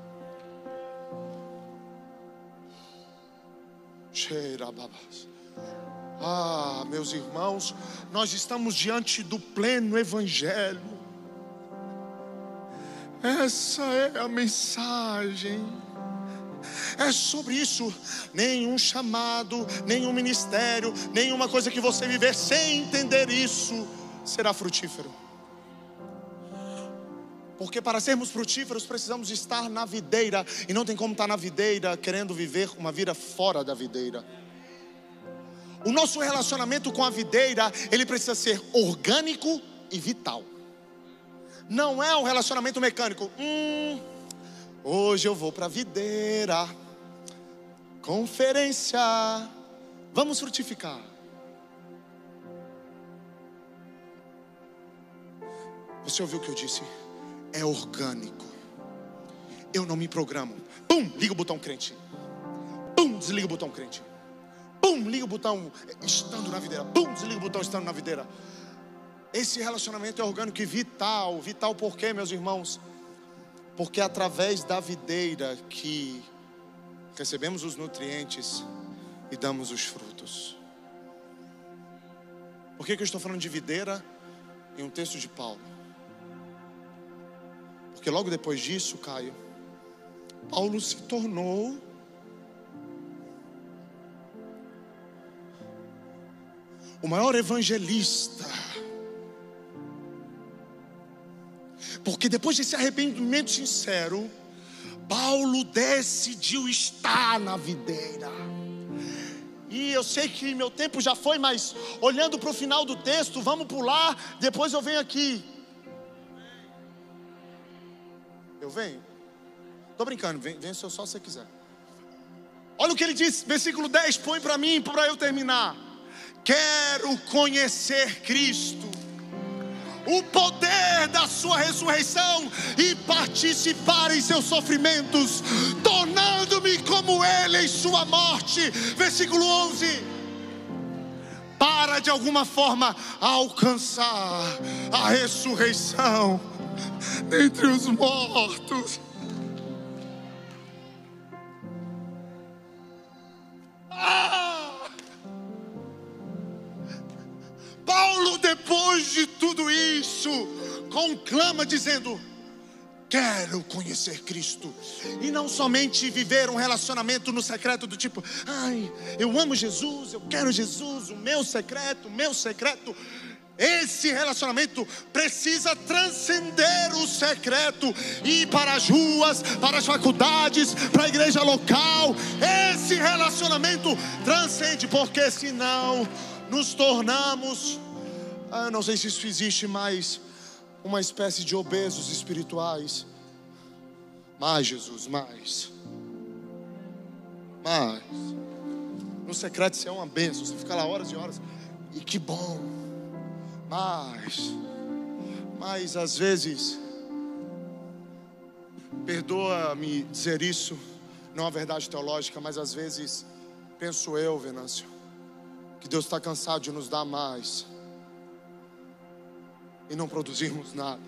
Ah, meus irmãos, nós estamos diante do pleno evangelho. Essa é a mensagem. É sobre isso. Nenhum chamado, nenhum ministério, nenhuma coisa que você viver sem entender isso será frutífero. Porque para sermos frutíferos precisamos estar na videira. E não tem como estar na videira querendo viver uma vida fora da videira. O nosso relacionamento com a videira, ele precisa ser orgânico e vital. Não é um relacionamento mecânico. Hoje eu vou para a videira, conferência, vamos frutificar. Você ouviu o que eu disse? É orgânico. Eu não me programo. Pum, liga o botão crente. Pum, desliga o botão crente. Pum, liga o botão estando na videira. Pum, desliga o botão estando na videira. Esse relacionamento é orgânico e vital. Vital por quê, meus irmãos? Porque é através da videira que recebemos os nutrientes e damos os frutos. Por que eu estou falando de videira em um texto de Paulo? Porque logo depois disso, Caio, Paulo se tornou o maior evangelista. Porque depois desse arrependimento sincero, Paulo decidiu estar na videira. E eu sei que meu tempo já foi, mas olhando para o final do texto, vamos pular, depois eu venho aqui. Eu venho? Estou brincando, vem só se você quiser. Olha o que ele diz, versículo 10, põe para mim, para eu terminar. Quero conhecer Cristo, o poder da sua ressurreição e participar em seus sofrimentos, tornando-me como ele em sua morte. Versículo 11. Para de alguma forma alcançar a ressurreição dentre os mortos. Paulo, depois de tudo isso, conclama dizendo: quero conhecer Cristo. E não somente viver um relacionamento no secreto do tipo: ai, eu amo Jesus, eu quero Jesus, o meu secreto, Esse relacionamento precisa transcender o secreto, ir para as ruas, para as faculdades, para a igreja local. Esse relacionamento transcende, porque senão nos tornamos, eu não sei se isso existe, mas uma espécie de obesos espirituais. Mais, Jesus, mais. No secreto você é uma bênção, você fica lá horas e horas, e que bom. Mas às vezes, perdoa-me dizer isso, não é uma verdade teológica, mas às vezes penso eu, Venâncio, que Deus está cansado de nos dar mais e não produzirmos nada.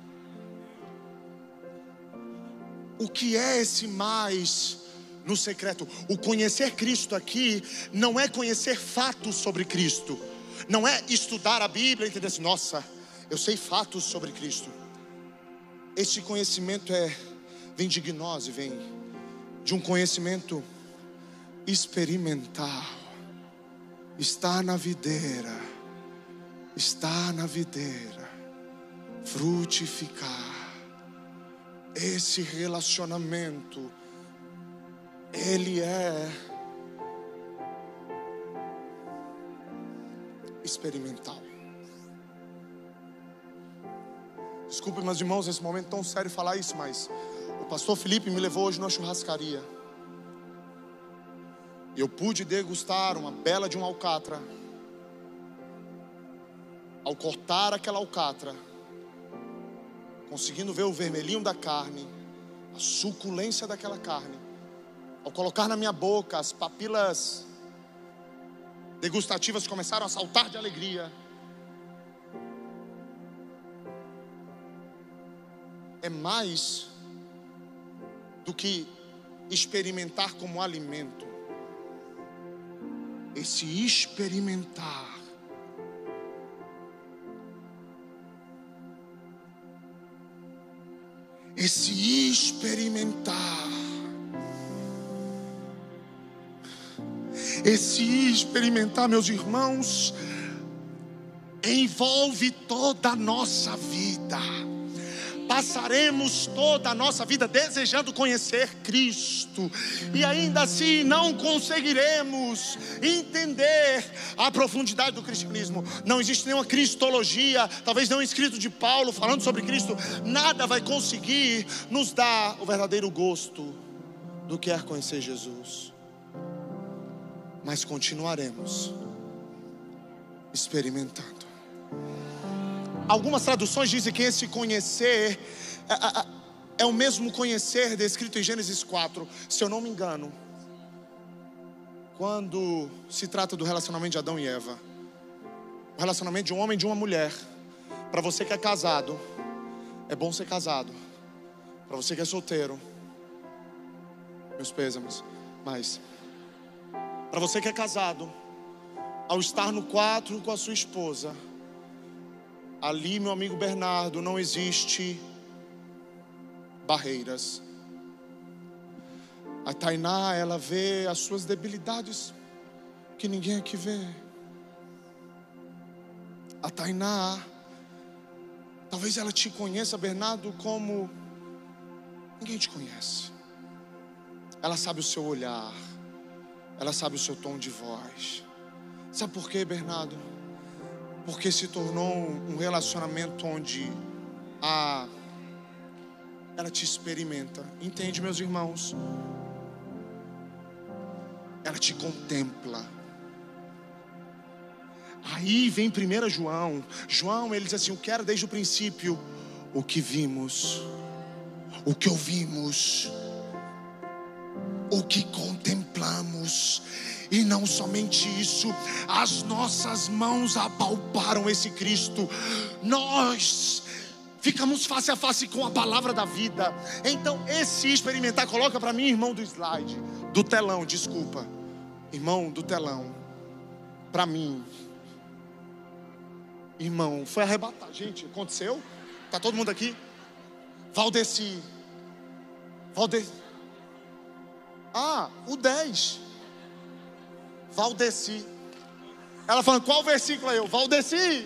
O que é esse mais no secreto? O conhecer Cristo aqui não é conhecer fatos sobre Cristo, não é estudar a Bíblia e entender assim, nossa, eu sei fatos sobre Cristo. Esse conhecimento vem de gnose, vem de um conhecimento experimental. Está na videira, frutificar. Esse relacionamento, ele é experimental. Desculpe, meus irmãos, nesse momento tão sério falar isso, mas o pastor Felipe me levou hoje numa churrascaria. E eu pude degustar uma bela de uma alcatra. Ao cortar aquela alcatra, conseguindo ver o vermelhinho da carne, a suculência daquela carne, ao colocar na minha boca, as papilas degustativas começaram a saltar de alegria. É mais do que experimentar como alimento. Esse experimentar meus irmãos, envolve toda a nossa vida. Passaremos toda a nossa vida desejando conhecer Cristo, e ainda assim não conseguiremos entender a profundidade do cristianismo. Não existe nenhuma cristologia, talvez nenhum escrito de Paulo falando sobre Cristo. Nada vai conseguir nos dar o verdadeiro gosto do que é conhecer Jesus. Mas continuaremos experimentando. Algumas traduções dizem que esse conhecer é o mesmo conhecer descrito em Gênesis 4, se eu não me engano, quando se trata do relacionamento de Adão e Eva, o relacionamento de um homem e de uma mulher. Para você que é casado, é bom ser casado. Para você que é solteiro, meus pêsames. Mas para você que é casado, ao estar no quarto com a sua esposa, ali, meu amigo Bernardo, não existe barreiras. A Tainá, ela vê as suas debilidades que ninguém aqui vê. A Tainá, talvez ela te conheça, Bernardo, como ninguém te conhece. Ela sabe o seu olhar, ela sabe o seu tom de voz. Sabe por quê, Bernardo? Porque se tornou um relacionamento onde ela te experimenta. Entende, meus irmãos? Ela te contempla. Aí vem 1 João. João, ele diz assim: eu quero desde o princípio o que vimos, o que ouvimos, o que contemplamos. E não somente isso, as nossas mãos apalparam esse Cristo. Nós ficamos face a face com a palavra da vida. Então esse experimentar, coloca para mim, irmão, do slide, do telão, desculpa, irmão do telão, para mim, irmão, foi arrebatado. Gente, aconteceu? Tá todo mundo aqui? Valdeci. O 10. Valdeci. Ela falando, qual versículo é eu? Valdeci.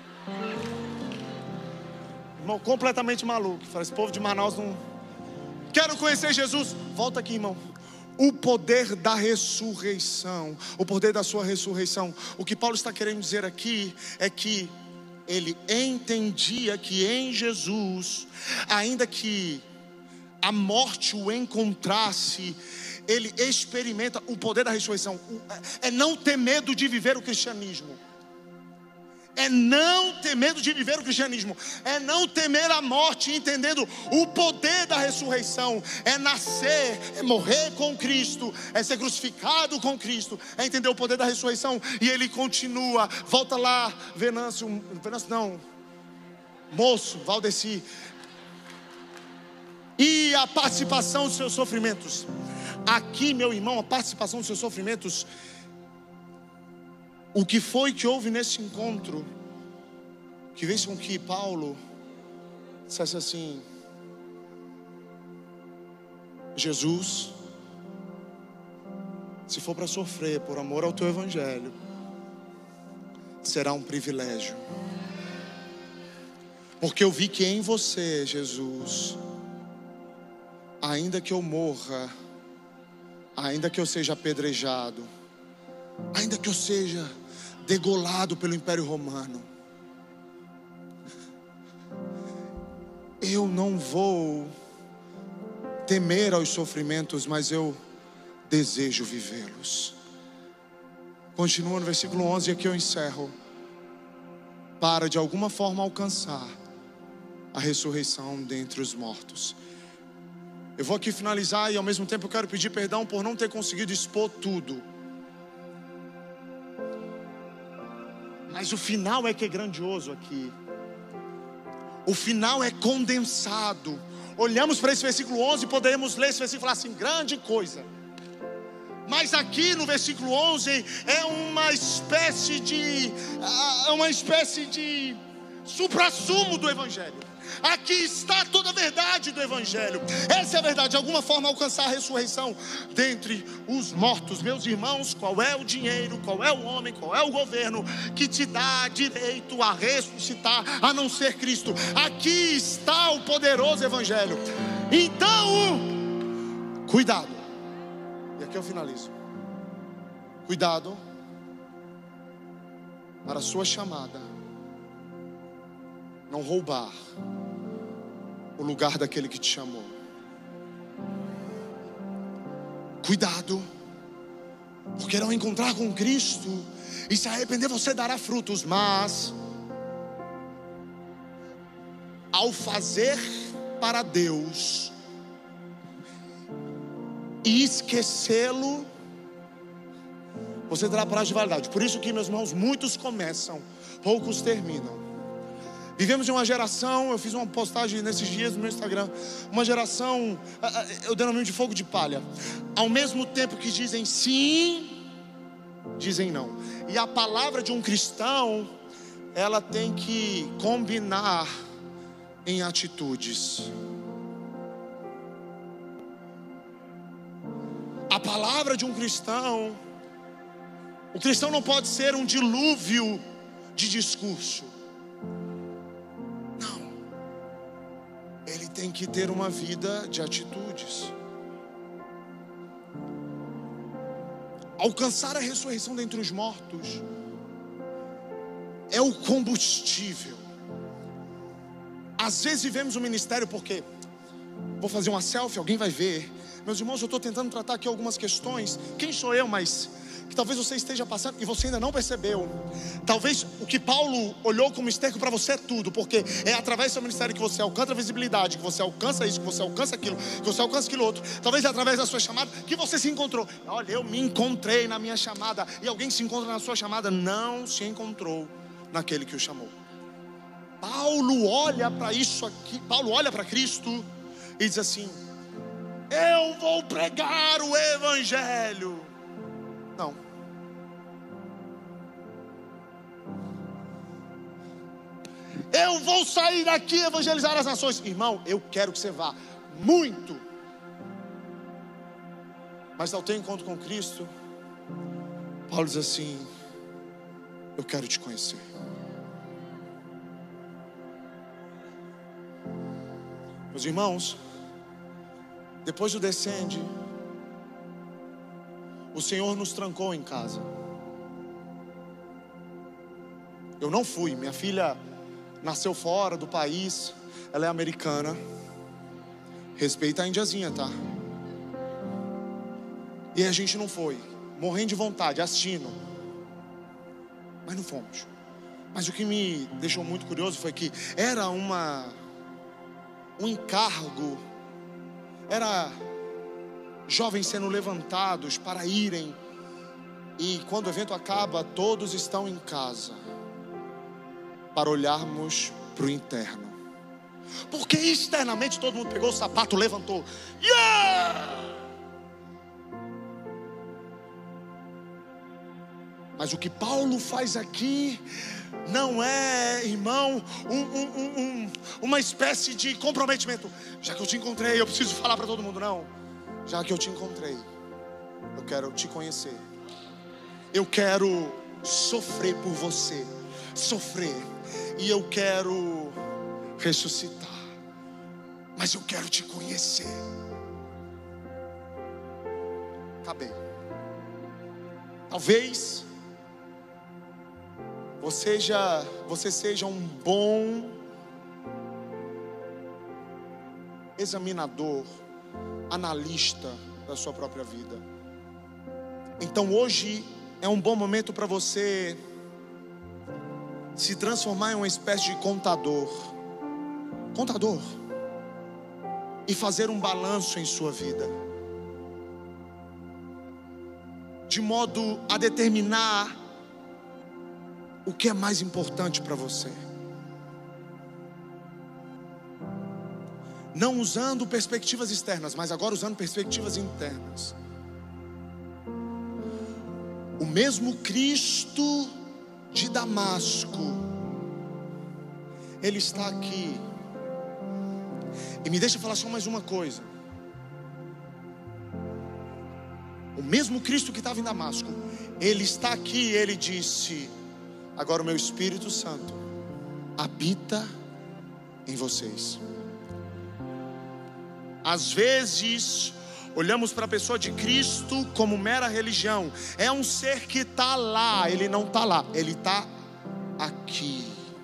Irmão, completamente maluco. Fala, esse povo de Manaus não... Quero conhecer Jesus. Volta aqui, irmão. O poder da ressurreição. O poder da sua ressurreição. O que Paulo está querendo dizer aqui é que ele entendia que em Jesus, ainda que a morte o encontrasse, ele experimenta o poder da ressurreição. É não ter medo de viver o cristianismo. É não ter medo de viver o cristianismo. É não temer a morte, entendendo o poder da ressurreição. É nascer, é morrer com Cristo, é ser crucificado com Cristo, é entender o poder da ressurreição. E ele continua, volta lá, Venâncio não, moço, Valdeci. E a participação dos seus sofrimentos. Aqui, meu irmão, a participação dos seus sofrimentos. O que foi que houve nesse encontro que fez com que Paulo dissesse assim: Jesus, se for para sofrer por amor ao teu evangelho, será um privilégio, porque eu vi que em você, Jesus, ainda que eu morra, ainda que eu seja apedrejado, ainda que eu seja degolado pelo Império Romano, eu não vou temer aos sofrimentos, mas eu desejo vivê-los. Continua no versículo 11, e aqui eu encerro. Para de alguma forma alcançar a ressurreição dentre os mortos. Eu vou aqui finalizar e ao mesmo tempo eu quero pedir perdão por não ter conseguido expor tudo. Mas o final é que é grandioso aqui. O final é condensado. Olhamos para esse versículo 11 e podemos ler esse versículo e falar assim: grande coisa. Mas aqui no versículo 11 é uma espécie de suprassumo do evangelho. Aqui está toda a verdade do evangelho. Essa é a verdade, de alguma forma alcançar a ressurreição dentre os mortos. Meus irmãos, qual é o dinheiro, qual é o homem, qual é o governo que te dá direito a ressuscitar, a não ser Cristo? Aqui está o poderoso evangelho. Então, cuidado. E aqui eu finalizo. Cuidado para a sua chamada não roubar o lugar daquele que te chamou. Cuidado, porque ao encontrar com Cristo e se arrepender, você dará frutos, mas ao fazer para Deus e esquecê-lo, você terá prazo de validade. Por isso que, meus irmãos, muitos começam, poucos terminam. Vivemos em uma geração, eu fiz uma postagem nesses dias no meu Instagram, uma geração, eu denomino de fogo de palha. Ao mesmo tempo que dizem sim, dizem não. E a palavra de um cristão, ela tem que combinar em atitudes. A palavra de um cristão, o cristão não pode ser um dilúvio de discurso. Não. Ele tem que ter uma vida de atitudes. Alcançar a ressurreição dentre os mortos é o combustível. Às vezes vivemos o ministério porque vou fazer uma selfie, alguém vai ver. Meus irmãos, eu estou tentando tratar aqui algumas questões. Quem sou eu, mas que talvez você esteja passando e você ainda não percebeu. Talvez o que Paulo olhou como esterco para você é tudo, porque é através do seu ministério que você alcança a visibilidade, que você alcança isso, que você alcança aquilo, que você alcança aquilo outro. Talvez é através da sua chamada que você se encontrou. Olha, eu me encontrei na minha chamada. E alguém se encontra na sua chamada, não se encontrou naquele que o chamou. Paulo olha para isso aqui, Paulo olha para Cristo e diz assim: eu vou pregar o evangelho. Não. Eu vou sair daqui e evangelizar as nações. Irmão, eu quero que você vá muito. Mas ao ter encontro com Cristo, Paulo diz assim: eu quero te conhecer. Meus irmãos, depois do descende, o Senhor nos trancou em casa. Eu não fui, minha filha nasceu fora do país, ela é americana. Respeita a indiazinha, tá? E a gente não foi, morrendo de vontade, assistindo, mas não fomos. Mas o que me deixou muito curioso foi que era um encargo, era jovens sendo levantados para irem, e quando o evento acaba, todos estão em casa para olharmos para o interno, porque externamente todo mundo pegou o sapato, levantou, yeah! Mas o que Paulo faz aqui não é, irmão, uma espécie de comprometimento. Já que eu te encontrei, eu preciso falar para todo mundo. Não, já que eu te encontrei, eu quero te conhecer. Eu quero sofrer por você, sofrer. E eu quero ressuscitar. Mas eu quero te conhecer. Acabei. Talvez você seja um bom examinador, analista da sua própria vida. Então hoje é um bom momento para você se transformar em uma espécie de contador e fazer um balanço em sua vida, de modo a determinar o que é mais importante para você. Não usando perspectivas externas, mas agora usando perspectivas internas. O mesmo Cristo de Damasco, Ele está aqui. E me deixa falar só mais uma coisa. O mesmo Cristo que estava em Damasco, Ele está aqui. Ele disse: agora o meu Espírito Santo habita em vocês. Às vezes olhamos para a pessoa de Cristo como mera religião. É um ser que está lá. Ele não está lá, Ele está aqui.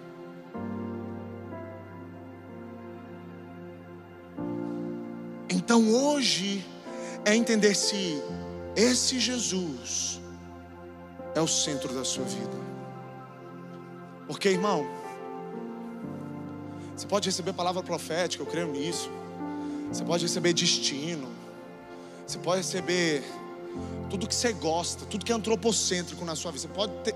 Então hoje é entender se esse Jesus é o centro da sua vida. Porque, irmão, você pode receber palavra profética, eu creio nisso. Você pode receber destino. Você pode receber tudo que você gosta, tudo que é antropocêntrico na sua vida. Você pode ter.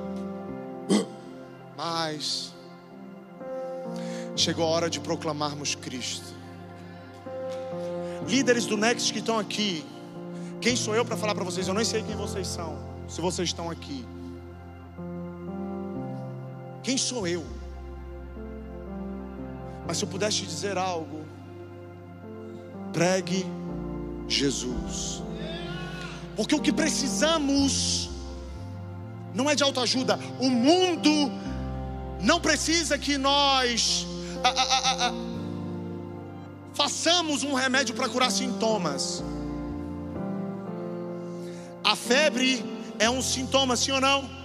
Mas chegou a hora de proclamarmos Cristo. Líderes do Next que estão aqui, quem sou eu para falar para vocês? Eu nem sei quem vocês são, se vocês estão aqui. Quem sou eu? Mas se eu pudesse te dizer algo, pregue Jesus. Porque o que precisamos não é de autoajuda. O mundo não precisa que nós façamos um remédio para curar sintomas. A febre é um sintoma, sim ou não?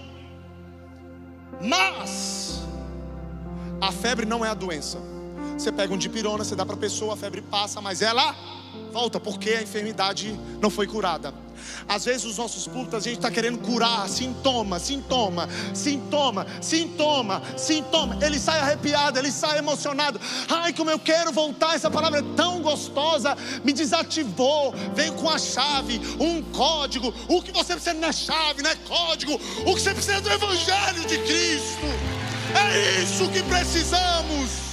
Mas a febre não é a doença. Você pega um dipirona, você dá para a pessoa, a febre passa, mas ela volta, porque a enfermidade não foi curada. Às vezes os nossos púlpitos, a gente está querendo curar sintoma. Ele sai arrepiado, ele sai emocionado. Ai, como eu quero voltar, essa palavra é tão gostosa, me desativou. Veio com a chave, um código. O que você precisa não é chave, não é código. O que você precisa é do Evangelho de Cristo. É isso que precisamos.